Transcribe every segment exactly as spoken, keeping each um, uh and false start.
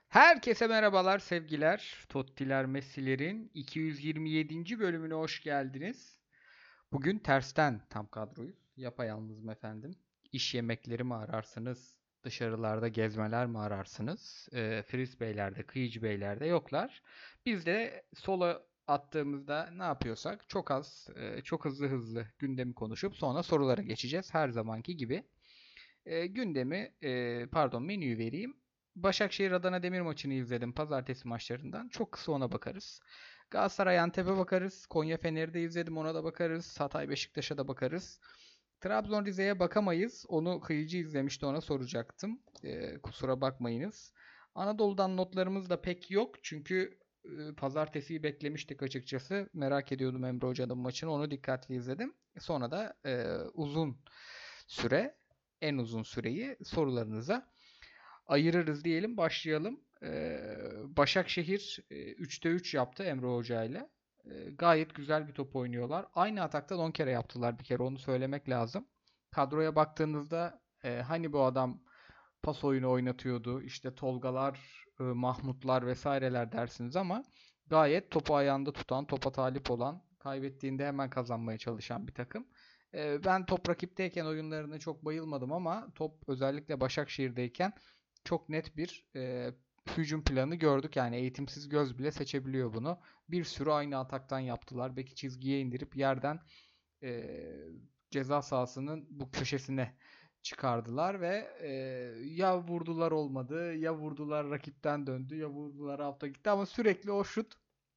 Herkese merhabalar, sevgiler. Tottiler Messi'lerin iki yüz yirmi yedinci bölümüne hoş geldiniz. Bugün tersten tam kadroyuz. Yapayalnızım efendim. İş yemekleri mi ararsınız? Dışarılarda gezmeler mi ararsınız? E, Firiz Beyler de, Kıyıcı Beyler de yoklar. Biz de sola attığımızda ne yapıyorsak çok az, e, çok hızlı hızlı gündemi konuşup sonra sorulara geçeceğiz. Her zamanki gibi. E, gündemi, e, pardon menüyü vereyim. Başakşehir Adana Demir maçını izledim pazartesi maçlarından. Çok kısa ona bakarız. Galatasaray Antep'e bakarız. Konya Fener'i de izledim, ona da bakarız. Hatay Beşiktaş'a da bakarız. Trabzon Rize'ye bakamayız. Onu Kıyıcı izlemişti, ona soracaktım. E, kusura bakmayınız. Anadolu'dan notlarımız da pek yok. Çünkü e, pazartesiyi beklemiştik açıkçası. Merak ediyordum Emre Hoca'nın maçını. Onu dikkatli izledim. Sonra da e, uzun süre en uzun süreyi sorularınıza ayırırız diyelim. Başlayalım. Ee, Başakşehir e, üçte üç yaptı Emre Hoca ile. Ee, gayet güzel bir top oynuyorlar. Aynı ataktan on kere yaptılar bir kere, onu söylemek lazım. Kadroya baktığınızda e, hani bu adam pas oyunu oynatıyordu, İşte Tolgalar, e, Mahmutlar vesaireler dersiniz ama gayet topu ayağında tutan, topa talip olan, kaybettiğinde hemen kazanmaya çalışan bir takım. E, ben top rakipteyken oyunlarına çok bayılmadım ama top özellikle Başakşehir'deyken çok net bir e, hücum planı gördük. Yani eğitimsiz göz bile seçebiliyor bunu. Bir sürü aynı ataktan yaptılar. Beki çizgiye indirip yerden e, ceza sahasının bu köşesine çıkardılar ve e, ya vurdular olmadı, ya vurdular rakipten döndü, ya vurdular alta gitti ama sürekli o şut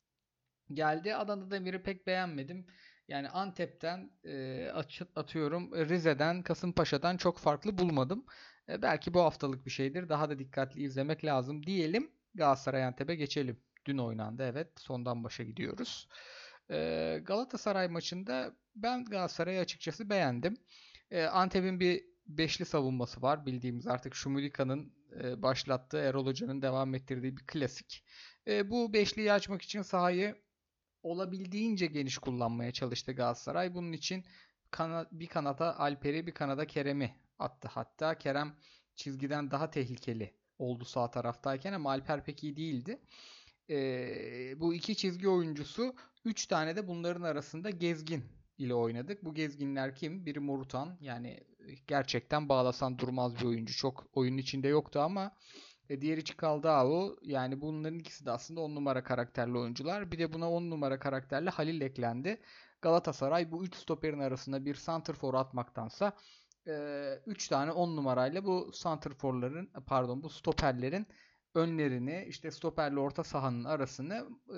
geldi. Adana Demir'i pek beğenmedim. Yani Antep'ten e, atıyorum Rize'den, Kasımpaşa'dan çok farklı bulmadım. E, belki bu haftalık bir şeydir. Daha da dikkatli izlemek lazım diyelim. Galatasaray Antep'e geçelim. Dün oynandı, evet. Sondan başa gidiyoruz. E, Galatasaray maçında ben Galatasaray'ı açıkçası beğendim. E, Antep'in bir beşli savunması var. Bildiğimiz, artık Şumudika'nın e, başlattığı, Erol Hoca'nın devam ettirdiği bir klasik. E, bu beşliyi açmak için sahayı olabildiğince geniş kullanmaya çalıştı Galatasaray. Bunun için kana, bir kanata Alper'i, bir kanada Kerem'i attı. Hatta Kerem çizgiden daha tehlikeli oldu sağ taraftayken ama Alper pek iyi değildi. Ee, bu iki çizgi oyuncusu, üç tane de bunların arasında gezgin ile oynadık. Bu gezginler kim? Biri Morutan, yani gerçekten bağlasan durmaz bir oyuncu. Çok oyunun içinde yoktu ama e, diğeri Çikaldao. Yani bunların ikisi de aslında on numara karakterli oyuncular. Bir de buna on numara karakterli Halil eklendi. Galatasaray bu üç stoperin arasında bir santrfor atmaktansa üç tane on numarayla bu santrforların, pardon, bu stoperlerin önlerini, işte stoperle orta sahanın arasını e,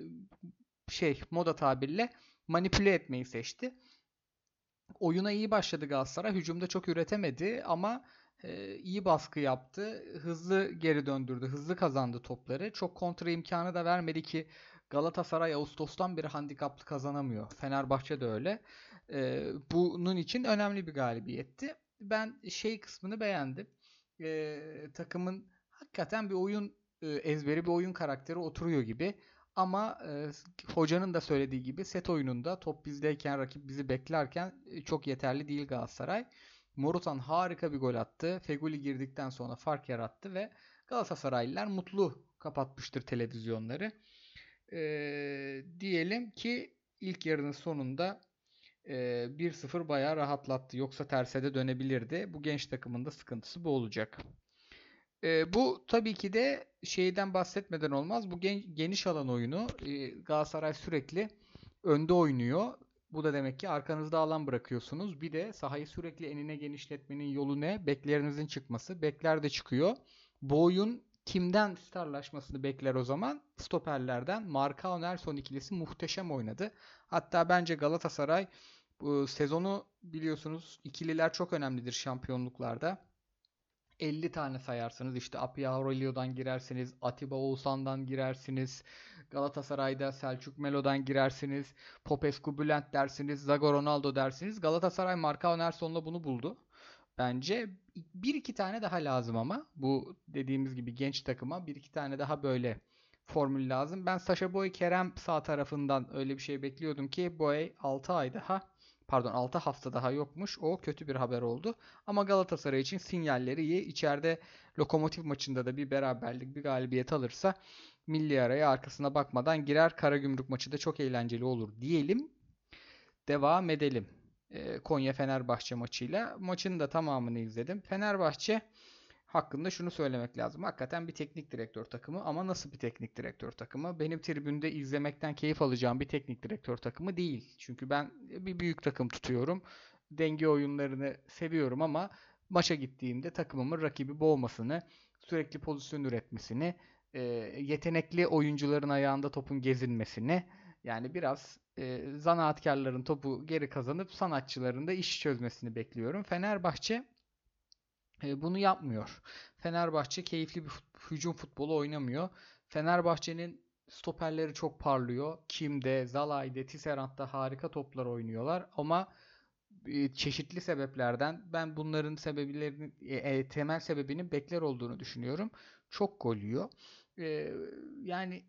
şey moda tabirle manipüle etmeyi seçti. Oyuna iyi başladı Galatasaray. Hücumda çok üretemedi ama e, iyi baskı yaptı. Hızlı geri döndürdü. Hızlı kazandı topları. Çok kontra imkanı da vermedi ki Galatasaray Ağustos'tan beri handikaplı kazanamıyor. Fenerbahçe de öyle. E, bunun için önemli bir galibiyetti. Ben şey kısmını beğendim. E, takımın hakikaten bir oyun e, ezberi, bir oyun karakteri oturuyor gibi. Ama e, hocanın da söylediği gibi set oyununda top bizdeyken, rakip bizi beklerken e, çok yeterli değil Galatasaray. Morutan harika bir gol attı. Feguli girdikten sonra fark yarattı ve Galatasaraylılar mutlu kapatmıştır televizyonları. E, diyelim ki ilk yarının sonunda e, bir sıfır bayağı rahatlattı. Yoksa terse de dönebilirdi. Bu genç takımın da sıkıntısı bu olacak. E, bu tabii ki de şeyden bahsetmeden olmaz. Bu gen- geniş alan oyunu, e, Galatasaray sürekli önde oynuyor. Bu da demek ki arkanızda alan bırakıyorsunuz. Bir de sahayı sürekli enine genişletmenin yolu ne? Beklerinizin çıkması. Bekler de çıkıyor. Bu oyun kimden starlaşmasını bekler o zaman? Stoperlerden. Marcao Nelson ikilisi muhteşem oynadı. Hatta bence Galatasaray bu sezonu, biliyorsunuz ikililer çok önemlidir şampiyonluklarda. elli tane sayarsınız. İşte Apia Aurelio'dan girersiniz. Atiba Oğuzhan'dan girersiniz. Galatasaray'da Selçuk Melo'dan girersiniz. Popescu Bülent dersiniz. Zago Ronaldo dersiniz. Galatasaray Marcao Nelson'la bunu buldu. Bence bir iki tane daha lazım ama bu dediğimiz gibi genç takıma bir iki tane daha böyle formül lazım. Ben Sacha Boey Kerem sağ tarafından öyle bir şey bekliyordum ki Boey altı ay daha Pardon, altı hafta daha yokmuş. O kötü bir haber oldu. Ama Galatasaray için sinyalleri iyi. İçeride Lokomotiv maçında da bir beraberlik, bir galibiyet alırsa milli araya arkasına bakmadan girer. Karagümrük maçı da çok eğlenceli olur diyelim. Devam edelim. Ee, Konya-Fenerbahçe maçıyla. Maçın da tamamını izledim. Fenerbahçe hakkında şunu söylemek lazım. Hakikaten bir teknik direktör takımı ama nasıl bir teknik direktör takımı? Benim tribünde izlemekten keyif alacağım bir teknik direktör takımı değil. Çünkü ben bir büyük takım tutuyorum. Denge oyunlarını seviyorum ama maça gittiğimde takımımın rakibi boğmasını, sürekli pozisyon üretmesini, e, yetenekli oyuncuların ayağında topun gezinmesini, yani biraz e, zanaatkarların topu geri kazanıp sanatçıların da iş çözmesini bekliyorum. Fenerbahçe e, bunu yapmıyor. Fenerbahçe keyifli bir fut- hücum futbolu oynamıyor. Fenerbahçe'nin stoperleri çok parlıyor. Kim'de, Zalai'de, Tisserand'da harika toplar oynuyorlar ama e, çeşitli sebeplerden ben bunların sebeplerinin e, e, temel sebebinin bekler olduğunu düşünüyorum. Çok gol yiyor. E, yani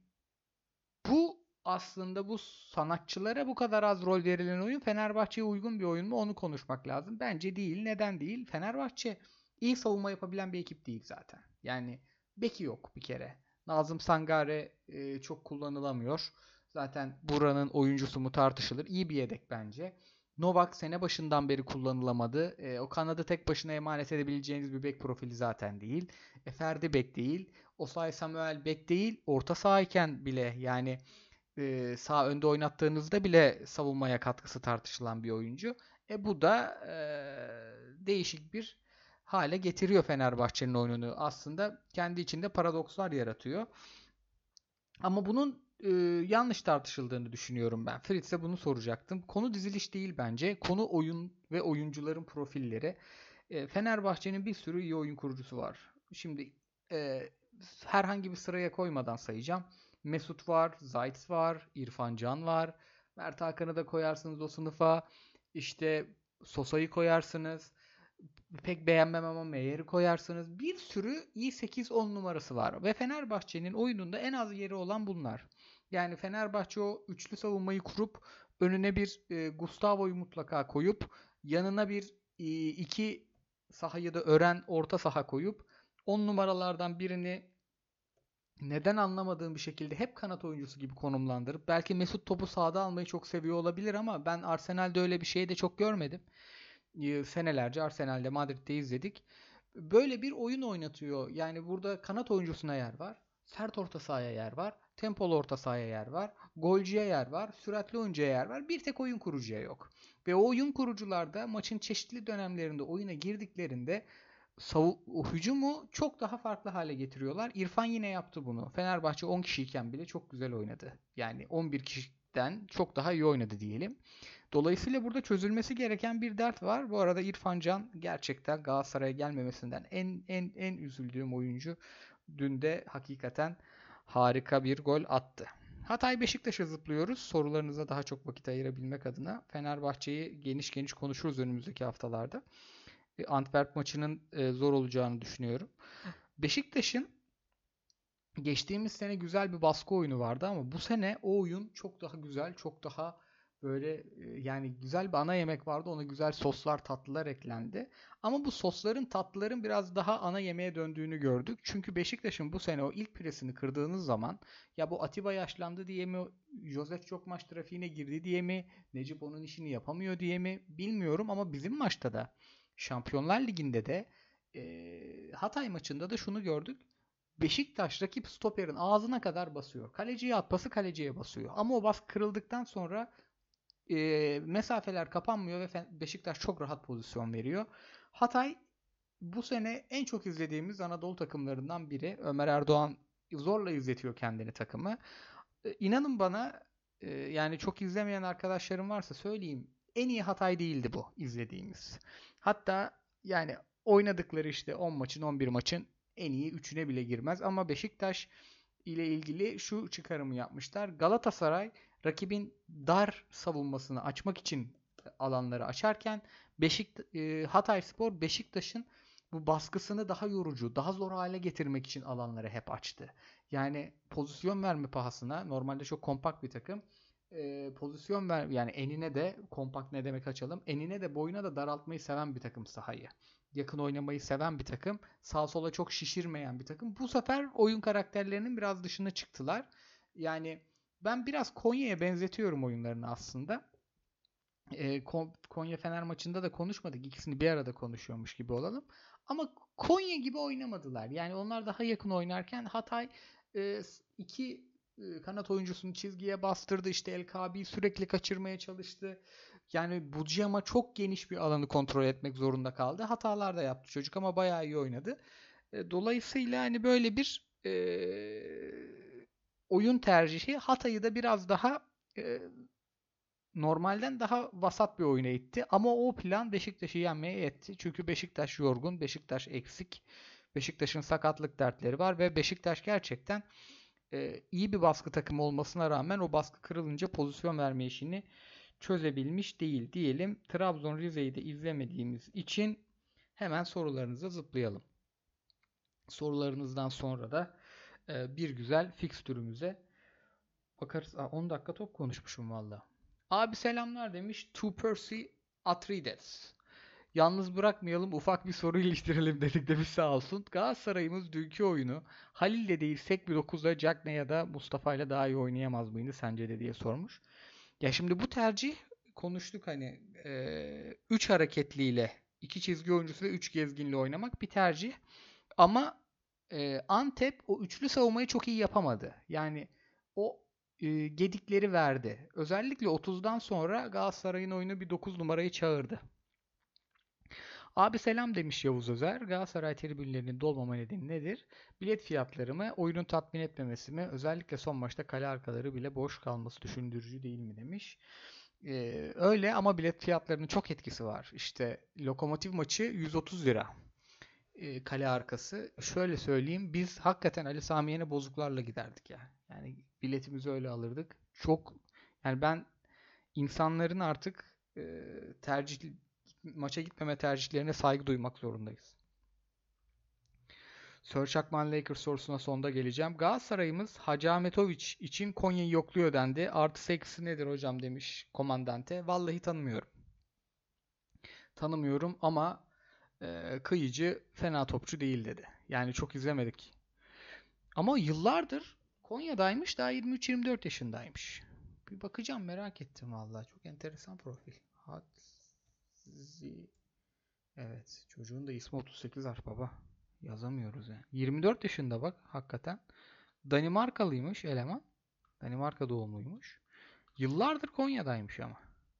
bu aslında bu sanatçılara bu kadar az rol verilen oyun Fenerbahçe'ye uygun bir oyun mu onu konuşmak lazım. Bence değil. Neden değil? Fenerbahçe iyi savunma yapabilen bir ekip değil zaten. Yani beki yok bir kere. Nazım Sangare e, çok kullanılamıyor. Zaten buranın oyuncusu mu tartışılır. İyi bir yedek bence. Novak sene başından beri kullanılamadı. E, o kanadı tek başına emanet edebileceğiniz bir bek profili zaten değil. E, Ferdi bek değil. Osay Samuel bek değil. Orta sahayken bile yani e, sağ önde oynattığınızda bile savunmaya katkısı tartışılan bir oyuncu. E bu da e, değişik bir hale getiriyor Fenerbahçe'nin oyununu. Aslında kendi içinde paradokslar yaratıyor. Ama bunun e, yanlış tartışıldığını düşünüyorum ben. Fritz'e bunu soracaktım. Konu diziliş değil bence. Konu oyun ve oyuncuların profilleri. E, Fenerbahçe'nin bir sürü iyi oyun kurucusu var. Şimdi e, herhangi bir sıraya koymadan sayacağım. Mesut var, Zayt var, İrfan Can var. Mert Hakan'ı da koyarsınız o sınıfa. İşte Sosa'yı koyarsınız. Pek beğenmem ama Meyer'i koyarsınız. Bir sürü iyi sekiz on numarası var. Ve Fenerbahçe'nin oyununda en az yeri olan bunlar. Yani Fenerbahçe o üçlü savunmayı kurup önüne bir e, Gustavo'yu mutlaka koyup yanına bir e, iki sahayı da ören orta saha koyup on numaralardan birini neden anlamadığım bir şekilde hep kanat oyuncusu gibi konumlandırıp belki Mesut topu sahada almayı çok seviyor olabilir ama ben Arsenal'de öyle bir şey de çok görmedim. Ee, senelerce Arsenal'de Madrid'de izledik. Böyle bir oyun oynatıyor. Yani burada kanat oyuncusuna yer var. Sert orta sahaya yer var. Tempolu orta sahaya yer var. Golcüye yer var. Süratli oyuncuya yer var. Bir tek oyun kurucuya yok. Ve o oyun kurucular da maçın çeşitli dönemlerinde oyuna girdiklerinde savu- hücumu çok daha farklı hale getiriyorlar. İrfan yine yaptı bunu. Fenerbahçe on kişiyken bile çok güzel oynadı. Yani on bir kişiden çok daha iyi oynadı diyelim. Dolayısıyla burada çözülmesi gereken bir dert var. Bu arada İrfan Can gerçekten Galatasaray'a gelmemesinden en en en üzüldüğüm oyuncu. Dün de hakikaten harika bir gol attı. Hatay Beşiktaş'a zıplıyoruz. Sorularınıza daha çok vakit ayırabilmek adına. Fenerbahçe'yi geniş geniş konuşuruz önümüzdeki haftalarda. E, Antwerp maçının e, zor olacağını düşünüyorum. Beşiktaş'ın geçtiğimiz sene güzel bir baskı oyunu vardı ama bu sene o oyun çok daha güzel, çok daha böyle e, yani güzel bir ana yemek vardı. Ona güzel soslar, tatlılar eklendi. Ama bu sosların, tatlıların biraz daha ana yemeğe döndüğünü gördük. Çünkü Beşiktaş'ın bu sene o ilk presini kırdığınız zaman ya bu Atiba yaşlandı diye mi, Josef çok maç trafiğine girdi diye mi, Necip onun işini yapamıyor diye mi bilmiyorum ama bizim maçta da Şampiyonlar Ligi'nde de e, Hatay maçında da şunu gördük. Beşiktaş rakip stoperin ağzına kadar basıyor. Kaleciye at pası kaleciye basıyor. Ama o baskı kırıldıktan sonra e, mesafeler kapanmıyor ve Beşiktaş çok rahat pozisyon veriyor. Hatay bu sene en çok izlediğimiz Anadolu takımlarından biri. Ömer Erdoğan zorla izletiyor kendini takımı. E, inanın bana e, yani çok izlemeyen arkadaşlarım varsa söyleyeyim. En iyi Hatay değildi bu izlediğimiz. Hatta yani oynadıkları işte on maçın on bir maçın en iyi üçüne bile girmez. Ama Beşiktaş ile ilgili şu çıkarımı yapmışlar. Galatasaray rakibin dar savunmasını açmak için alanları açarken Beşik e, Hatayspor Beşiktaş'ın bu baskısını daha yorucu, daha zor hale getirmek için alanları hep açtı. Yani pozisyon verme pahasına normalde çok kompakt bir takım. e, pozisyon ver, yani enine de kompakt ne demek açalım. Enine de boyuna da daraltmayı seven bir takım sahayı. Yakın oynamayı seven bir takım. Sağ sola çok şişirmeyen bir takım. Bu sefer oyun karakterlerinin biraz dışına çıktılar. Yani ben biraz Konya'ya benzetiyorum oyunlarını aslında. E, Konya Fener maçında da konuşmadık. İkisini bir arada konuşuyormuş gibi olalım. Ama Konya gibi oynamadılar. Yani onlar daha yakın oynarken Hatay e, iki e, kanat oyuncusunu çizgiye bastırdı. İşte El Kabi'yi sürekli kaçırmaya çalıştı. Yani Buciyama çok geniş bir alanı kontrol etmek zorunda kaldı. Hatalar da yaptı çocuk ama bayağı iyi oynadı. E, dolayısıyla hani böyle bir e, oyun tercihi Hatay'ı da biraz daha e, normalden daha vasat bir oyuna itti. Ama o plan Beşiktaş'ı yenmeye yetti. Çünkü Beşiktaş yorgun, Beşiktaş eksik. Beşiktaş'ın sakatlık dertleri var ve Beşiktaş gerçekten e, iyi bir baskı takımı olmasına rağmen o baskı kırılınca pozisyon verme işini çözebilmiş değil diyelim. Trabzon Rize'yi de izlemediğimiz için hemen sorularınıza zıplayalım. Sorularınızdan sonra da e, bir güzel fikstürümüze bakarız. Aa, on dakika top konuşmuşum valla. Abi selamlar demiş. To Percy Atreides. Yalnız bırakmayalım, ufak bir soru iliştirelim dedik demiş, sağ olsun. Galatasaray'ımız dünkü oyunu Halil'le değil Sekbi dokuzla Cagney ya da Mustafa'yla daha iyi oynayamaz mıydı sence de diye sormuş. Ya şimdi bu tercih konuştuk hani üç hareketliyle iki çizgi oyuncusu ve üç gezginle oynamak bir tercih. Ama e, Antep o üçlü savunmayı çok iyi yapamadı. Yani o e, gedikleri verdi. Özellikle otuzdan sonra Galatasaray'ın oyunu bir dokuz numarayı çağırdı. Abi selam demiş Yavuz Özer. Galatasaray tribünlerinin dolmama nedeni nedir? Bilet fiyatları mı? Oyunun tatmin etmemesi mi? Özellikle son maçta kale arkaları bile boş kalması düşündürücü değil mi demiş. Ee, öyle ama bilet fiyatlarının çok etkisi var. İşte Lokomotiv maçı yüz otuz lira. Ee, kale arkası. Şöyle söyleyeyim, biz hakikaten Ali Sami Yen'e bozuklarla giderdik ya. Yani biletimizi öyle alırdık. Çok, yani ben insanların artık e, tercih maça gitmeme tercihlerine saygı duymak zorundayız. Sir Çakman Lakers sorusuna sonda geleceğim. Galatasaray'ımız Hacı Ahmetoviç için Konya'yı yokluyor dendi. Artı eksi nedir hocam demiş komandante. Vallahi tanımıyorum. Tanımıyorum ama e, Kıyıcı fena topçu değil dedi. Yani çok izlemedik. Ama yıllardır Konya'daymış, daha yirmi üç yirmi dört yaşındaymış. Bir bakacağım, merak ettim vallahi. Çok enteresan profil. Hadzi. Evet, çocuğun da ismi otuz sekiz harf baba. Yazamıyoruz yani. yirmi dört yaşında bak hakikaten. Danimarkalıymış eleman. Danimarka doğumluymuş. Yıllardır Konya'daymış ama.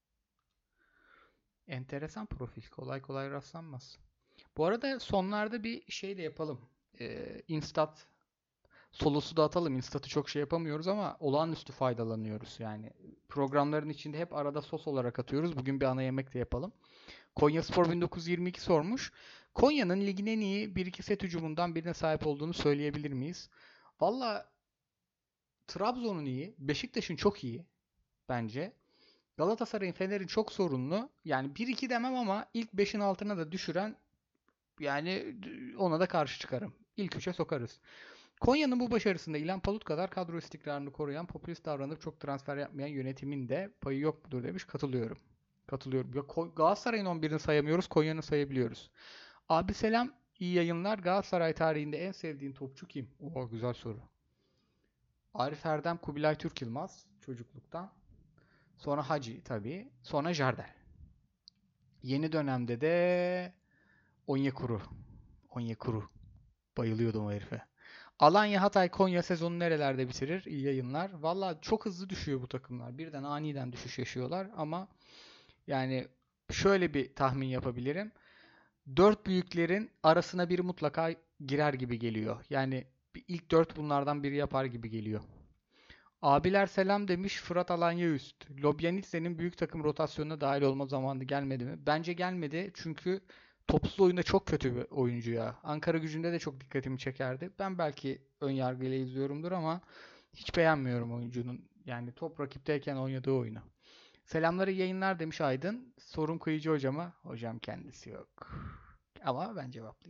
Enteresan profil. Kolay kolay rastlanmaz. Bu arada sonlarda bir şey de yapalım. Ee, Instat solosu da atalım. Instat'ı çok şey yapamıyoruz ama olağanüstü faydalanıyoruz. Yani programların içinde hep arada sos olarak atıyoruz. Bugün bir ana yemek de yapalım. Konyaspor bin dokuz yüz yirmi iki sormuş. Konya'nın ligin en iyi bir iki set hücumundan birine sahip olduğunu söyleyebilir miyiz? Valla Trabzon'un iyi. Beşiktaş'ın çok iyi bence. Galatasaray'ın, Fener'in çok sorunlu. Yani bir iki demem ama ilk beşin altına da düşüren, yani ona da karşı çıkarım. İlk üçe sokarız. Konya'nın bu başarısında İlhan Palut kadar kadro istikrarını koruyan, popülist davranıp çok transfer yapmayan yönetimin de payı yok mudur demiş. Katılıyorum. Katılıyorum. Ya Galatasaray'ın on birini sayamıyoruz, Konya'nın sayabiliyoruz. Abi selam, iyi yayınlar. Galatasaray tarihinde en sevdiğin topçu kim? Oo, güzel soru. Arif Erdem, Kubilay Türk Yılmaz çocukluktan. Sonra Hacı tabii. Sonra Jardel. Yeni dönemde de Onyekuru. Onyekuru. Bayılıyordum o herife. Alanya, Hatay, Konya sezonu nerelerde bitirir? İyi yayınlar. Valla çok hızlı düşüyor bu takımlar. Birden aniden düşüş yaşıyorlar ama yani şöyle bir tahmin yapabilirim. Dört büyüklerin arasına biri mutlaka girer gibi geliyor. Yani ilk dört bunlardan biri yapar gibi geliyor. Abiler selam demiş Fırat Alanya üst. Lobyanitse'nin büyük takım rotasyonuna dahil olma zamanı gelmedi mi? Bence gelmedi çünkü topsuz oyunda çok kötü bir oyuncu ya. Ankara Gücü'nde de çok dikkatimi çekerdi. Ben belki ön yargıyla izliyorumdur ama hiç beğenmiyorum oyuncunun. Yani top rakipteyken oynadığı oyunu. Selamları yayınlar demiş Aydın. Sorun Kıyıcı hocama. Hocam kendisi yok. Ama ben cevaplayayım.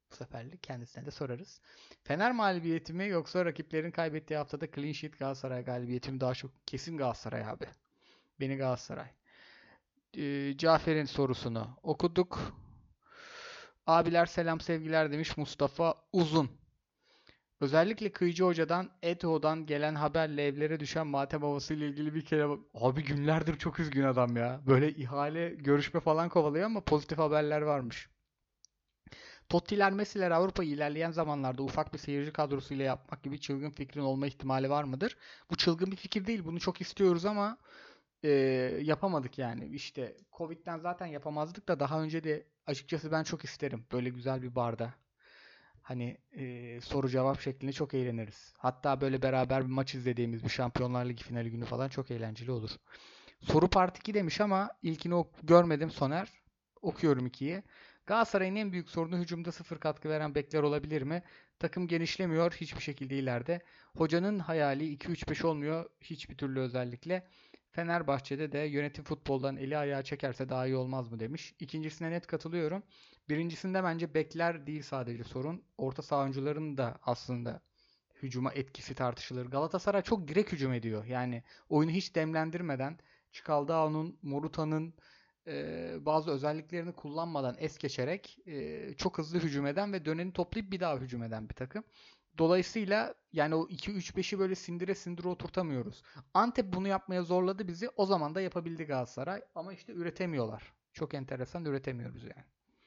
Bu seferlik kendisine de sorarız. Fener mağlubiyeti mi yoksa rakiplerin kaybettiği haftada clean sheet Galatasaray galibiyeti mi? Daha çok kesin Galatasaray abi. Beni Galatasaray. Ee, Cafer'in sorusunu okuduk. Abiler selam sevgiler demiş Mustafa Uzun. Özellikle Kıyıcı Hoca'dan, Eto'dan gelen haberle evlere düşen matem havası ile ilgili bir kere bak- abi günlerdir çok üzgün adam ya. Böyle ihale, görüşme falan kovalıyor ama pozitif haberler varmış. Totti'ler, Messi'ler Avrupa'yı ilerleyen zamanlarda ufak bir seyirci kadrosuyla yapmak gibi çılgın fikrin olma ihtimali var mıdır? Bu çılgın bir fikir değil. Bunu çok istiyoruz ama e, yapamadık yani. İşte Covid'den zaten yapamazdık da daha önce de açıkçası ben çok isterim. Böyle güzel bir barda. Hani e, soru cevap şeklinde çok eğleniriz. Hatta böyle beraber bir maç izlediğimiz bir Şampiyonlar Ligi finali günü falan çok eğlenceli olur. Soru part iki demiş ama ilkini ok- görmedim Soner. Okuyorum ikiyi. Galatasaray'ın en büyük sorunu hücumda sıfır katkı veren bekler olabilir mi? Takım genişlemiyor hiçbir şekilde ileride. Hocanın hayali iki üç beş olmuyor hiçbir türlü özellikle. Fenerbahçe'de de yönetim futboldan eli ayağı çekerse daha iyi olmaz mı demiş. İkincisine net katılıyorum. Birincisinde bence bekler değil sadece sorun. Orta saha oyuncularının da aslında hücuma etkisi tartışılır. Galatasaray çok direkt hücum ediyor. Yani oyunu hiç demlendirmeden Çikaldağo'nun, Moruta'nın e, bazı özelliklerini kullanmadan es geçerek e, çok hızlı hücum eden ve döneni toplayıp bir daha hücum eden bir takım. Dolayısıyla yani o iki üç beşi böyle sindire sindire oturtamıyoruz. Antep bunu yapmaya zorladı bizi. O zaman da yapabildi Galatasaray. Ama işte üretemiyorlar. Çok enteresan üretemiyoruz yani.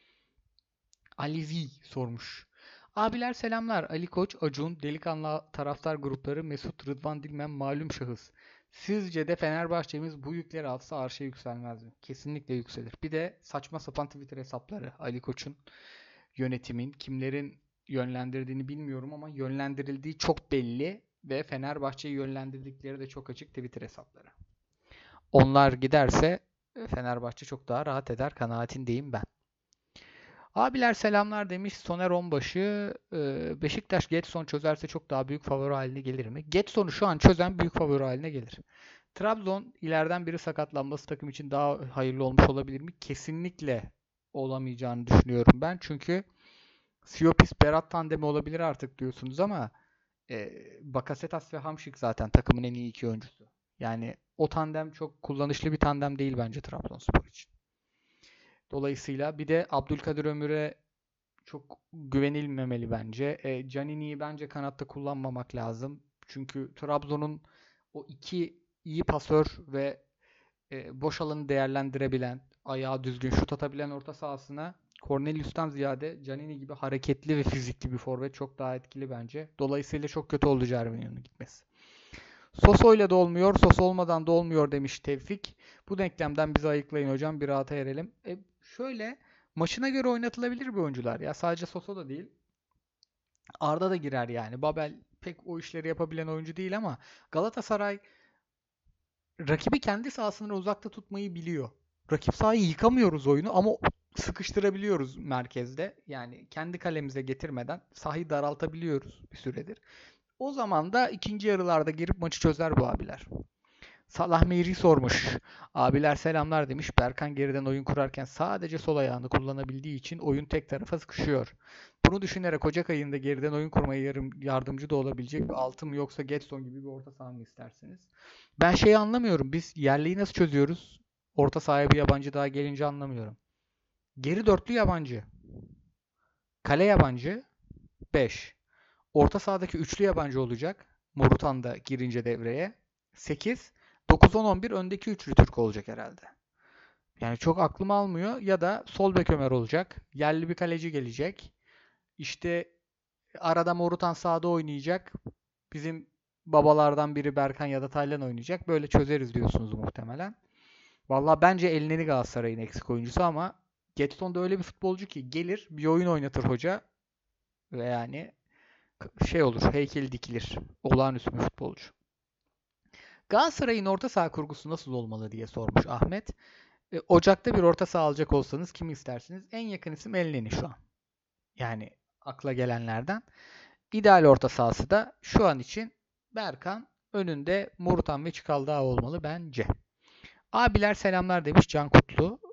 Ali Z sormuş. Abiler selamlar. Ali Koç, Acun, Delikanlı taraftar grupları, Mesut, Rıdvan Dilmen malum şahıs. Sizce de Fenerbahçe'miz bu yükleri alsa arşa yükselmez mi? Kesinlikle yükselir. Bir de saçma sapan Twitter hesapları. Ali Koç'un, yönetimin, kimlerin yönlendirdiğini bilmiyorum ama yönlendirildiği çok belli ve Fenerbahçe'yi yönlendirdikleri de çok açık Twitter hesapları. Onlar giderse Fenerbahçe çok daha rahat eder kanaatindeyim ben. Abiler selamlar demiş Soner Onbaşı. Ee, Beşiktaş Getson çözerse çok daha büyük favori haline gelir mi? Getson'u şu an çözen büyük favori haline gelir. Trabzon ileriden biri sakatlanması takım için daha hayırlı olmuş olabilir mi? Kesinlikle olamayacağını düşünüyorum ben. Çünkü Siopis Berat tandemi olabilir artık diyorsunuz ama e, Bakasetas ve Hamşik zaten takımın en iyi iki oyuncusu. Yani o tandem çok kullanışlı bir tandem değil bence Trabzonspor için. Dolayısıyla bir de Abdülkadir Ömür'e çok güvenilmemeli bence. E, Canini'yi bence kanatta kullanmamak lazım. Çünkü Trabzon'un o iki iyi pasör ve e, boş alanı değerlendirebilen, ayağı düzgün şut atabilen orta sahasına Cornelius'tan ziyade Canini gibi hareketli ve fizikli bir forvet çok daha etkili bence. Dolayısıyla çok kötü oldu Cervinho'nun gitmesi. Soso'yla da olmuyor, Soso olmadan da olmuyor demiş Tevfik. Bu denklemden bizi ayıklayın hocam, bir rahata erelim. E, şöyle maçına göre oynatılabilir bir oyuncular ya. Sadece Soso da değil. Arda da girer yani. Babel pek o işleri yapabilen oyuncu değil ama Galatasaray rakibi kendi sahasından uzakta tutmayı biliyor. Rakip sahayı yıkamıyoruz oyunu ama sıkıştırabiliyoruz merkezde. Yani kendi kalemize getirmeden sahayı daraltabiliyoruz bir süredir. O zaman da ikinci yarılarda girip maçı çözer bu abiler. Salah Meyri sormuş. Abiler selamlar demiş. Berkan geriden oyun kurarken sadece sol ayağını kullanabildiği için oyun tek tarafa sıkışıyor. Bunu düşünerek Ocak ayında geriden oyun kurmaya yarım, yardımcı da olabilecek bir altı mı yoksa Gedson gibi bir orta saha mı istersiniz? Ben şeyi anlamıyorum. Biz yerliyi nasıl çözüyoruz? Orta sahaya bir yabancı daha gelince anlamıyorum. Geri dörtlü yabancı. Kale yabancı. beş. Orta sahadaki üçlü yabancı olacak. Morutan da girince devreye. sekiz. dokuz on on bir öndeki üçlü Türk olacak herhalde. Yani çok aklım almıyor. Ya da sol bek Ömer olacak. Yerli bir kaleci gelecek. İşte arada Morutan sağda oynayacak. Bizim babalardan biri Berkan ya da Taylan oynayacak. Böyle çözeriz diyorsunuz muhtemelen. Valla bence Elneni Galatasaray'ın eksik oyuncusu ama Gedson da öyle bir futbolcu ki gelir bir oyun oynatır hoca ve yani şey olur, heykeli dikilir. Olağanüstü bir futbolcu. Galatasaray'ın orta saha kurgusu nasıl olmalı diye sormuş Ahmet. E, Ocak'ta bir orta saha alacak olsanız kimi istersiniz? En yakın isim Elneni şu an. Yani akla gelenlerden. İdeal orta sahası da şu an için Berkan, önünde Morutan ve Çikaldağ olmalı bence. Abiler selamlar demiş Can Kutlu.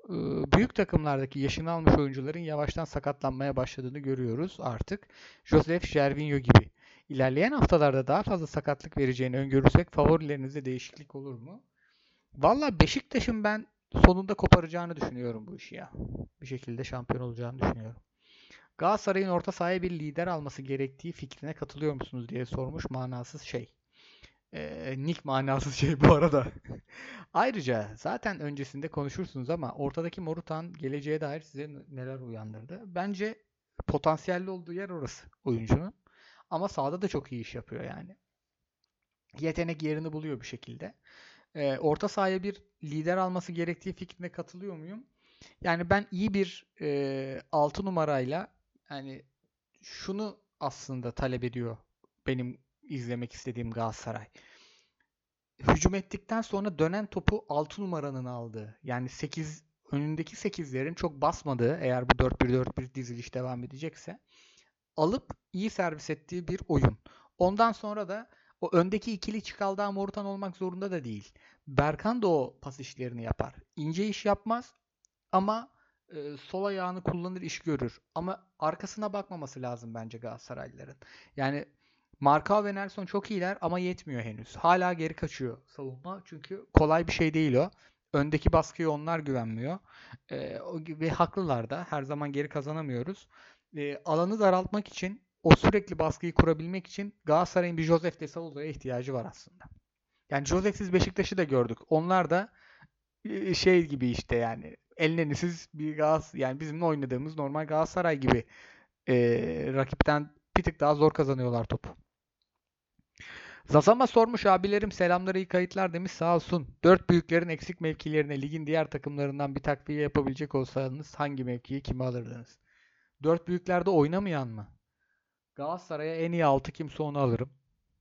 Ee, Büyük takımlardaki yaşını almış oyuncuların yavaştan sakatlanmaya başladığını görüyoruz artık. Joseph Gervinho gibi. İlerleyen haftalarda daha fazla sakatlık vereceğini öngörürsek favorilerinizde değişiklik olur mu? Valla Beşiktaş'ın ben sonunda koparacağını düşünüyorum bu işi ya. Bir şekilde şampiyon olacağını düşünüyorum. Galatasaray'ın orta sahaya bir lider alması gerektiği fikrine katılıyor musunuz diye sormuş manasız şey. Ee, Nick manasız şey bu arada. Ayrıca zaten öncesinde konuşursunuz ama ortadaki Morutan geleceğe dair size neler uyandırdı? Bence potansiyelli olduğu yer orası oyuncunun. Ama sahada da çok iyi iş yapıyor yani. Yetenek yerini buluyor bir şekilde. Ee, orta sahaya bir lider alması gerektiği fikrine katılıyor muyum? Yani ben iyi bir e, altı numarayla yani şunu aslında talep ediyor benim izlemek istediğim Galatasaray. Hücum ettikten sonra dönen topu altı numaranın aldığı. Yani sekiz önündeki sekizlerin çok basmadığı eğer bu dört bir dört bir diziliş devam edecekse alıp iyi servis ettiği bir oyun. Ondan sonra da o öndeki ikili Çikaldağ Morutan olmak zorunda da değil. Berkan da o pas işlerini yapar. İnce iş yapmaz ama e, sol ayağını kullanır, iş görür. Ama arkasına bakmaması lazım bence Galatasaraylıların. Yani Marka ve Nelson çok iyiler ama yetmiyor henüz. Hala geri kaçıyor savunma. Çünkü kolay bir şey değil o. Öndeki baskıya onlar güvenmiyor. E, ve haklılar da. Her zaman geri kazanamıyoruz. E, alanı daraltmak için, o sürekli baskıyı kurabilmek için Galatasaray'ın bir Josef de Souza'ya ihtiyacı var aslında. Yani Josef'siz Beşiktaş'ı da gördük. Onlar da e, şey gibi işte yani elleriniz bir Galatasaray yani bizim oynadığımız normal Galatasaray gibi e, rakipten bir tık daha zor kazanıyorlar topu. Zazama sormuş abilerim selamları iyi kayıtlar demiş sağ olsun. Dört büyüklerin eksik mevkilerine ligin diğer takımlarından bir takviye yapabilecek olsanız hangi mevkiyi kime alırdınız? Dört büyüklerde oynamayan mı? Galatasaray'a en iyi altı kimse onu alırım.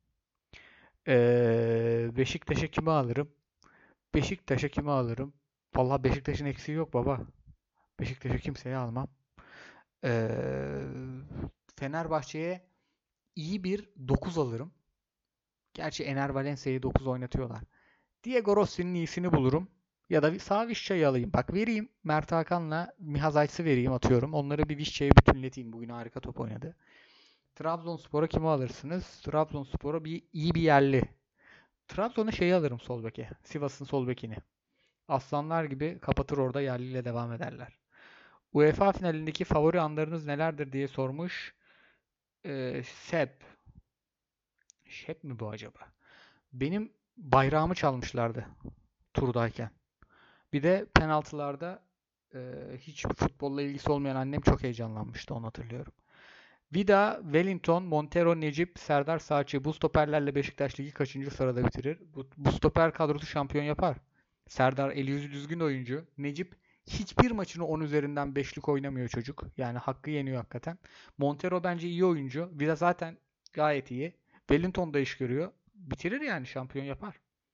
Ee, Beşiktaş'a kimi alırım? Beşiktaş'a kimi alırım? Vallahi Beşiktaş'ın eksiği yok baba. Beşiktaş'a kimseyi almam. Ee, Fenerbahçe'ye iyi bir dokuz alırım. Gerçi Ener Valencia'yı dokuz oynatıyorlar. Diego Rossi'nin iyisini bulurum. Ya da bir sağ Vişça'yı alayım. Bak vereyim. Mert Hakan'la Miha Zayt'sı vereyim atıyorum. Onları bir Vişça'ya bütünleteyim. Bugün harika top oynadı. Trabzonspor'a kimi alırsınız? Trabzonspor'a bir iyi bir yerli. Trabzon'a şeyi alırım sol beke. Sivas'ın sol bekini. Aslanlar gibi kapatır orada yerliyle devam ederler. UEFA finalindeki favori anlarınız nelerdir diye sormuş. Ee, Sep. Şep mi bu acaba? Benim bayrağımı çalmışlardı turdayken. Bir de penaltılarda e, hiç futbolla ilgisi olmayan annem çok heyecanlanmıştı onu hatırlıyorum. Vida, Wellington, Montero, Necip, Serdar Saatçi bu stoperlerle Beşiktaş Ligi kaçıncı sırada bitirir? Bu, bu stoper kadrosu şampiyon yapar. Serdar eli yüzü düzgün oyuncu. Necip hiçbir maçını on üzerinden beşlik oynamıyor çocuk. Yani hakkı yeniyor hakikaten. Montero bence iyi oyuncu. Vida zaten gayet iyi. Wellington da iş görüyor. Bitirir yani şampiyon yapar.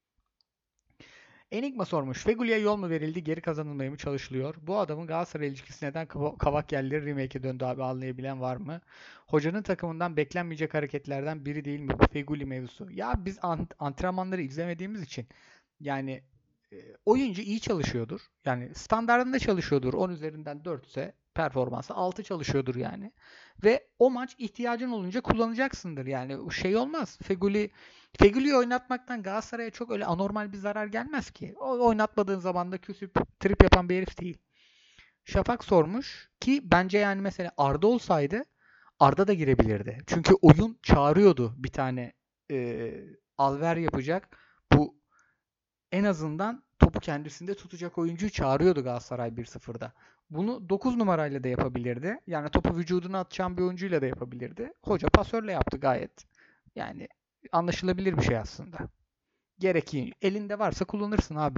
Enigma sormuş. Fegüli'ye yol mu verildi, geri kazanılmaya mı çalışılıyor? Bu adamın Galatasaray ilişkisi neden kavak yerleri remake'e döndü abi anlayabilen var mı? Hocanın takımından beklenmeyecek hareketlerden biri değil mi bu Fegüli mevzusu? Ya biz antrenmanları izlemediğimiz için yani e, oyuncu iyi çalışıyordur. Yani standartında çalışıyordur. on üzerinden dört ise performansı altı çalışıyordur yani. Ve o maç ihtiyacın olunca kullanacaksındır. Yani o şey olmaz. Fegüli Fegüli'yi oynatmaktan Galatasaray'a çok öyle anormal bir zarar gelmez ki. O oynatmadığın zaman da küsüp trip yapan bir herif değil. Şafak sormuş ki bence yani mesela Arda olsaydı Arda da girebilirdi. Çünkü oyun çağırıyordu bir tane e, alver yapacak. Bu en azından topu kendisinde tutacak oyuncuyu çağırıyordu Galatasaray bir sıfırda. Bunu dokuz numarayla da yapabilirdi. Yani topu vücuduna atacağım bir oyuncuyla da yapabilirdi. Hoca pasörle yaptı gayet. Yani anlaşılabilir bir şey aslında. Gerekiyor. Elinde varsa kullanırsın abi.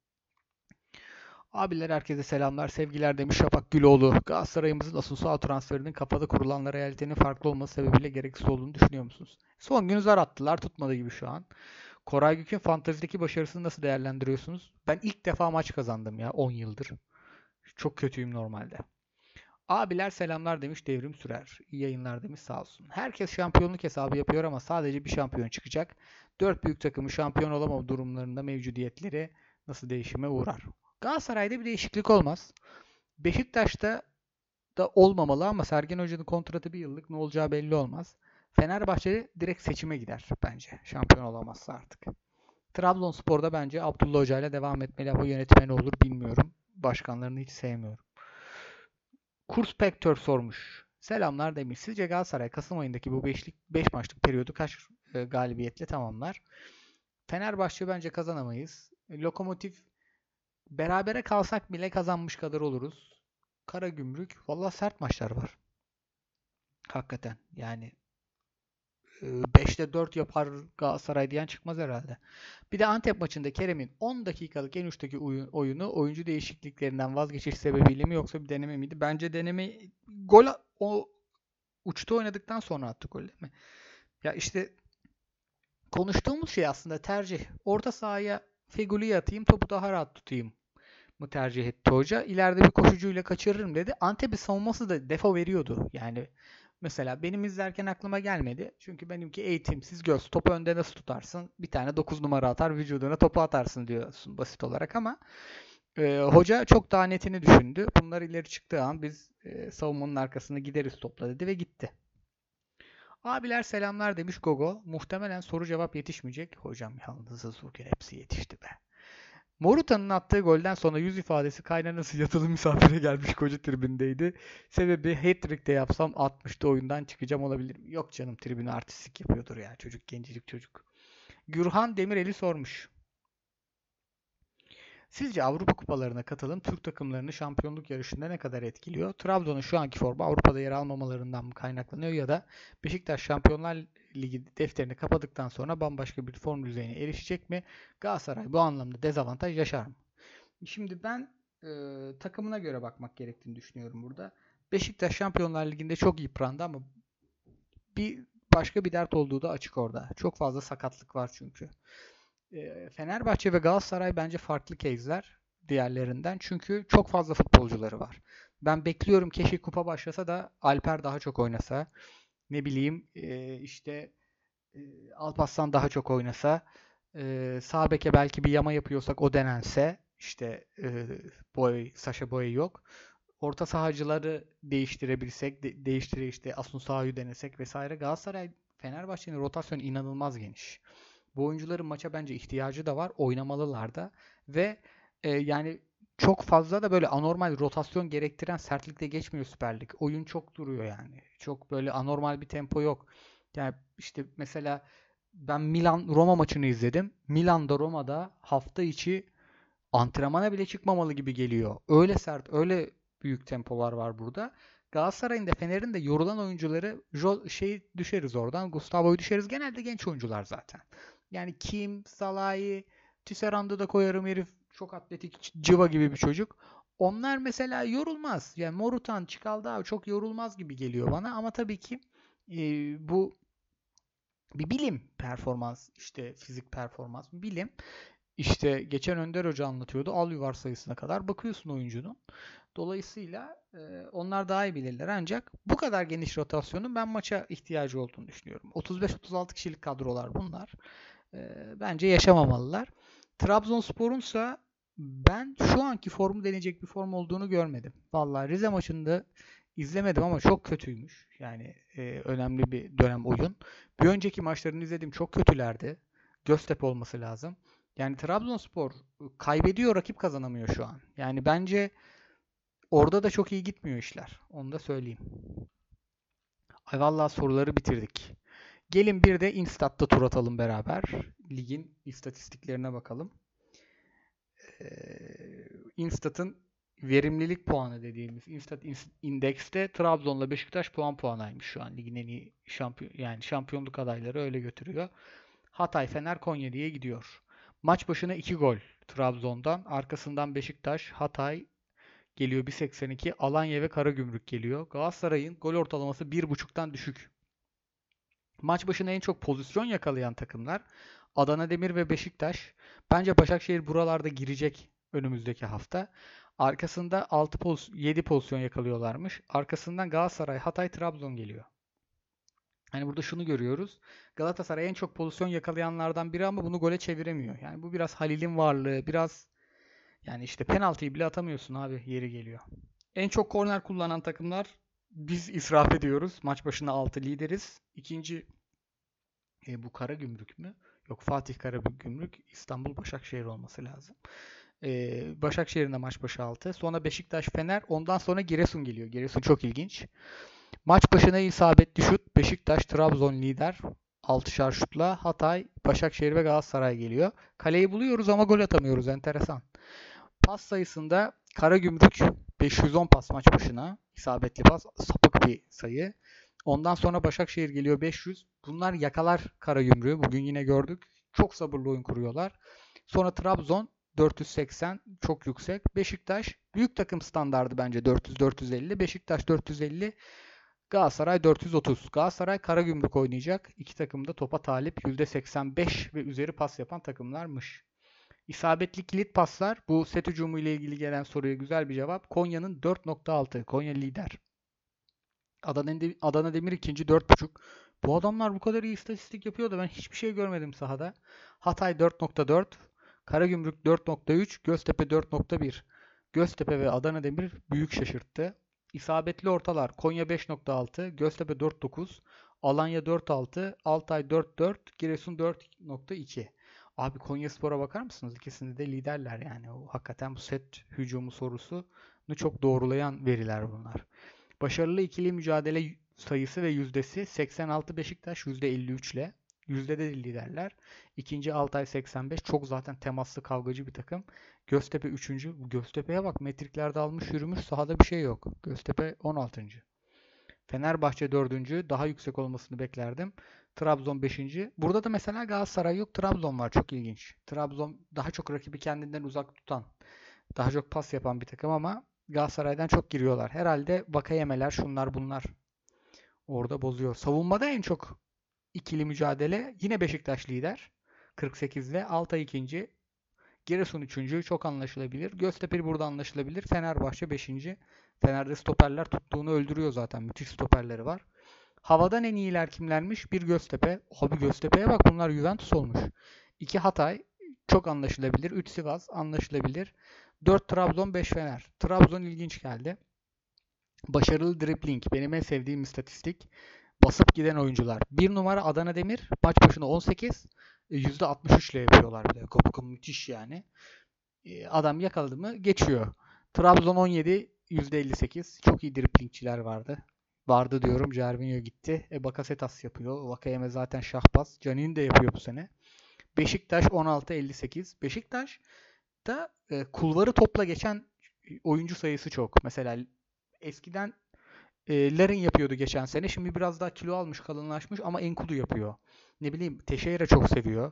Abiler herkese selamlar, sevgiler demiş Şafak Güloğlu. Galatasaray'ımızın Asunsao transferinin kafada kurulan realitenin farklı olması sebebiyle gereksiz olduğunu düşünüyor musunuz? Son gün zar attılar, tutmadı gibi şu an. Koray Gük'ün fantezideki başarısını nasıl değerlendiriyorsunuz? Ben ilk defa maç kazandım ya on yıldır. Çok kötüyüm normalde. Abiler selamlar demiş Devrim Sürer. İyi yayınlar demiş sağ olsun. Herkes şampiyonluk hesabı yapıyor ama sadece bir şampiyon çıkacak. Dört büyük takımı şampiyon olamama durumlarında mevcudiyetleri nasıl değişime uğrar? Galatasaray'da bir değişiklik olmaz. Beşiktaş'ta da olmamalı ama Sergen Hoca'nın kontratı bir yıllık, ne olacağı belli olmaz. Fenerbahçe direkt seçime gider bence. Şampiyon olamazsa artık. Trabzonspor'da bence Abdullah Hoca ile devam etmeli ama yönetmeni olur bilmiyorum. Başkanlarını hiç sevmiyorum. Kurs Pektör sormuş. Selamlar demiş. Sizce Galatasaray Kasım ayındaki bu beşlik beş maçlık periyodu kaç e, galibiyetle tamamlar? Fenerbahçe bence kazanamayız. E, Lokomotiv berabere kalsak bile kazanmış kadar oluruz. Karagümrük valla sert maçlar var. Hakikaten yani beşte dört yapar Galatasaray diyen çıkmaz herhalde. Bir de Antep maçında Kerem'in on dakikalık en uçtaki oyunu oyuncu değişikliklerinden vazgeçiş sebebiyle mi yoksa bir deneme miydi? Bence deneme, gol o uçta oynadıktan sonra attı gol değil mi? Ya işte konuştuğumuz şey aslında tercih. Orta sahaya Fegüli'yi atayım, topu daha rahat tutayım mı tercih etti hoca. İleride bir koşucuyla kaçırırım dedi. Antep'in savunması da defo veriyordu. Yani mesela benim izlerken aklıma gelmedi. Çünkü benimki eğitimsiz göz. Topu önde nasıl tutarsın? Bir tane dokuz numara atar, vücuduna topu atarsın diyorsun basit olarak ama e, hoca çok daha netini düşündü. Bunlar ileri çıktığı an biz e, savunmanın arkasına gideriz topla dedi ve gitti. Abiler selamlar demiş Gogo. Muhtemelen soru cevap yetişmeyecek. Hocam yalnızız bugün, hepsi yetişti be. Moruta'nın attığı golden sonra yüz ifadesi kaynanası yatılı misafire gelmiş koca tribündeydi. Sebebi hat-trick de yapsam altmışta oyundan çıkacağım olabilir mi? Yok canım, tribüne artistlik yapıyordur ya çocuk, gencecik çocuk. Gürhan Demirel'i sormuş. Sizce Avrupa kupalarına katılım Türk takımlarını şampiyonluk yarışında ne kadar etkiliyor? Trabzon'un şu anki formu Avrupa'da yer almamalarından mı kaynaklanıyor ya da Beşiktaş Şampiyonlar Ligi defterini kapadıktan sonra bambaşka bir form düzeyine erişecek mi? Galatasaray bu anlamda dezavantaj yaşar mı? Şimdi ben e, takımına göre bakmak gerektiğini düşünüyorum burada. Beşiktaş Şampiyonlar Ligi'nde çok yıprandı ama bir başka bir dert olduğu da açık orada. Çok fazla sakatlık var çünkü. E, Fenerbahçe ve Galatasaray bence farklı case'ler diğerlerinden. Çünkü çok fazla futbolcuları var. Ben bekliyorum keşke kupa başlasa da Alper daha çok oynasa. Ne bileyim e, işte e, Alparslan daha çok oynasa. E, sağ beke belki bir yama yapıyorsak o denense. İşte e, Boy, Sasha Boy yok. Orta sahacıları değiştirebilsek, de, değiştire işte Asun Sağ'ı denesek vesaire. Galatasaray, Fenerbahçe'nin rotasyonu inanılmaz geniş. Bu oyuncuların maça bence ihtiyacı da var. Oynamalılar da. Ve e, yani çok fazla da böyle anormal rotasyon gerektiren sertlikte geçmiyor Süper Lig. Oyun çok duruyor yani. Çok böyle anormal bir tempo yok. Yani işte mesela ben Milan Roma maçını izledim. Milan'da Roma'da hafta içi antrenmana bile çıkmamalı gibi geliyor. Öyle sert, öyle büyük tempolar var burada. Galatasaray'ın da Fener'in de yorulan oyuncuları şey düşeriz oradan. Gustavo'yu düşeriz. Genelde genç oyuncular zaten. Yani Kim, Salah'ı, Tisserand'ı da koyarım, herif çok atletik, cıva gibi bir çocuk. Onlar mesela yorulmaz. Yani Morutan, Çikaldao çok yorulmaz gibi geliyor bana ama tabii ki e, bu bir bilim performans, işte fizik performans bir bilim. İşte geçen Önder Hoca anlatıyordu. Al yuvar sayısına kadar bakıyorsun oyuncunun. Dolayısıyla e, onlar daha iyi bilirler. Ancak bu kadar geniş rotasyonun ben maça ihtiyacı olduğunu düşünüyorum. otuz beş otuz altı kişilik kadrolar bunlar. E, bence yaşamamalılar. Trabzonspor'unsa ben şu anki formu deneyecek bir form olduğunu görmedim. Vallahi Rize maçında izlemedim ama çok kötüymüş. Yani e, önemli bir dönem oyun. Bir önceki maçlarını izledim, çok kötülerdi. Göztepe olması lazım. Yani Trabzonspor kaybediyor, rakip kazanamıyor şu an. Yani bence orada da çok iyi gitmiyor işler. Onu da söyleyeyim. Ay vallahi soruları bitirdik. Gelin bir de Instat'ta tur atalım beraber. Ligin istatistiklerine bakalım. Ee, Instat'ın verimlilik puanı dediğimiz Instat Index'te Trabzon'la Beşiktaş puan puanaymış şu an. Ligin en iyi şampiyon, yani şampiyonluk adayları öyle götürüyor. Hatay, Fener, Konya diye gidiyor. Maç başına iki gol Trabzon'dan. Arkasından Beşiktaş, Hatay geliyor bir seksen iki. Alanya ve Karagümrük geliyor. Galatasaray'ın gol ortalaması bir buçuktan düşük. Maç başına en çok pozisyon yakalayan takımlar Adana Demir ve Beşiktaş. Bence Başakşehir buralarda girecek önümüzdeki hafta. Arkasında altı poz yedi pozisyon yakalıyorlarmış. Arkasından Galatasaray, Hatay, Trabzon geliyor. Hani burada şunu görüyoruz. Galatasaray en çok pozisyon yakalayanlardan biri ama bunu gole çeviremiyor. Yani bu biraz Halil'in varlığı, biraz Yani işte penaltıyı bile atamıyorsun abi, yeri geliyor. En çok korner kullanan takımlar, biz israf ediyoruz. Maç başına altı lideriz. İkinci e, bu Karagümrük mü? Yok, Fatih Karagümrük, İstanbul Başakşehir olması lazım. E, Başakşehir'in de maç başı altı. Sonra Beşiktaş, Fener. Ondan sonra Giresun geliyor. Giresun çok ilginç. Maç başına isabetli şut Beşiktaş, Trabzon lider. altışar şutla Hatay, Başakşehir ve Galatasaray geliyor. Kaleyi buluyoruz ama gol atamıyoruz. Enteresan. Pas sayısında Karagümrük beş yüz on pas maç başına. İsabetli pas. Sapık bir sayı. Ondan sonra Başakşehir geliyor beş yüz. Bunlar yakalar Karagümrük'ü. Bugün yine gördük. Çok sabırlı oyun kuruyorlar. Sonra Trabzon dört yüz seksen, çok yüksek. Beşiktaş büyük takım standardı bence dört yüz dört yüz elli. Beşiktaş dört yüz elli. Galatasaray dört yüz otuz. Galatasaray Karagümrük oynayacak. İki takım da topa talip, yüzde seksen beş ve üzeri pas yapan takımlarmış. İsabetli kilit paslar. Bu set hücumu ile ilgili gelen soruya güzel bir cevap. Konya'nın dört nokta altı. Konya lider. Adana, Adana Demir ikinci, dört buçuk. Bu adamlar bu kadar iyi istatistik yapıyor da ben hiçbir şey görmedim sahada. Hatay dört nokta dört. Karagümrük dört nokta üç. Göztepe dört nokta bir. Göztepe ve Adana Demir büyük şaşırttı. İsabetli ortalar. Konya beş nokta altı. Göztepe dört nokta dokuz. Alanya dört nokta altı. Altay dört nokta dört. Giresun dört nokta iki. Abi Konyaspor'a bakar mısınız? İkisinde de liderler yani. O, hakikaten bu set hücumu sorusunu çok doğrulayan veriler bunlar. Başarılı ikili mücadele sayısı ve yüzdesi seksen altı Beşiktaş yüzde elli üç ile. Yüzde de liderler. İkinci Altay seksen beş. Çok zaten temaslı, kavgacı bir takım. Göztepe üçüncü. Bu Göztepe'ye bak, metriklerde almış yürümüş, sahada bir şey yok. Göztepe on altıncı. Fenerbahçe dördüncü. Daha yüksek olmasını beklerdim. Trabzon beşinci. Burada da mesela Galatasaray yok, Trabzon var. Çok ilginç. Trabzon daha çok rakibi kendinden uzak tutan, daha çok pas yapan bir takım ama Galatasaray'dan çok giriyorlar. Herhalde vakayemeler, şunlar bunlar orada bozuyor. Savunmada en çok ikili mücadele yine Beşiktaş lider. kırk sekizle. Altay ikinci. Giresun üçüncü. Çok anlaşılabilir. Göztepe burada anlaşılabilir. Fenerbahçe beşinci. Fener'de stoperler tuttuğunu öldürüyor zaten. Müthiş stoperleri var. Havadan en iyiler kimlermiş? Bir Göztepe. Abi Göztepe'ye bak, bunlar Juventus olmuş. iki Hatay. Çok anlaşılabilir. üç Sivas anlaşılabilir. dört Trabzon, beş Fener. Trabzon ilginç geldi. Başarılı dribbling. Benim en sevdiğim istatistik. Basıp giden oyuncular. Bir numara Adana Demir. Maç başına on sekiz. yüzde altmış üç ile yapıyorlar bir de. Kopu müthiş yani. Adam yakaladı mı geçiyor. Trabzon on yedi. yüzde elli sekiz. Çok iyi driblingçiler vardı. Vardı diyorum. Cervinho gitti. E Bakasetas yapıyor. Vakayeme zaten şahbaz. Canini de yapıyor bu sene. Beşiktaş on altı elli sekiz. Beşiktaş da e, kulvarı topla geçen oyuncu sayısı çok. Mesela eskiden e, Larin yapıyordu geçen sene. Şimdi biraz daha kilo almış, kalınlaşmış ama Enkudu yapıyor. Ne bileyim, Teixeira çok seviyor.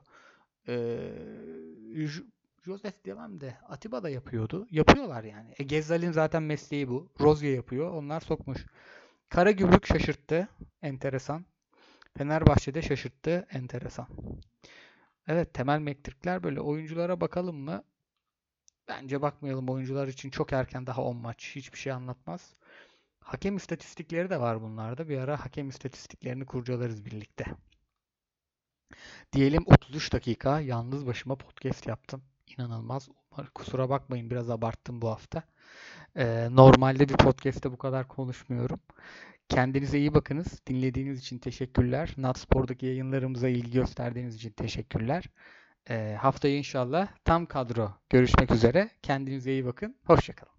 E, Joseph demem de Atiba da yapıyordu. Yapıyorlar yani. E, Gezzal'in zaten mesleği bu. Rozier yapıyor. Onlar sokmuş. Karagümrük şaşırttı. Enteresan. Fenerbahçe'de şaşırttı. Enteresan. Evet, temel metrikler böyle. Oyunculara bakalım mı? Bence bakmayalım, oyuncular için çok erken, daha on maç. Hiçbir şey anlatmaz. Hakem istatistikleri de var bunlarda. Bir ara hakem istatistiklerini kurcalarız birlikte. Diyelim otuz üç dakika yalnız başıma podcast yaptım. İnanılmaz. Kusura bakmayın, biraz abarttım bu hafta. Ee, normalde bir podcast'te bu kadar konuşmuyorum. Kendinize iyi bakınız. Dinlediğiniz için teşekkürler. Natspor'daki yayınlarımıza ilgi gösterdiğiniz için teşekkürler. Ee, haftaya inşallah tam kadro görüşmek üzere. Kendinize iyi bakın. Hoşça kalın.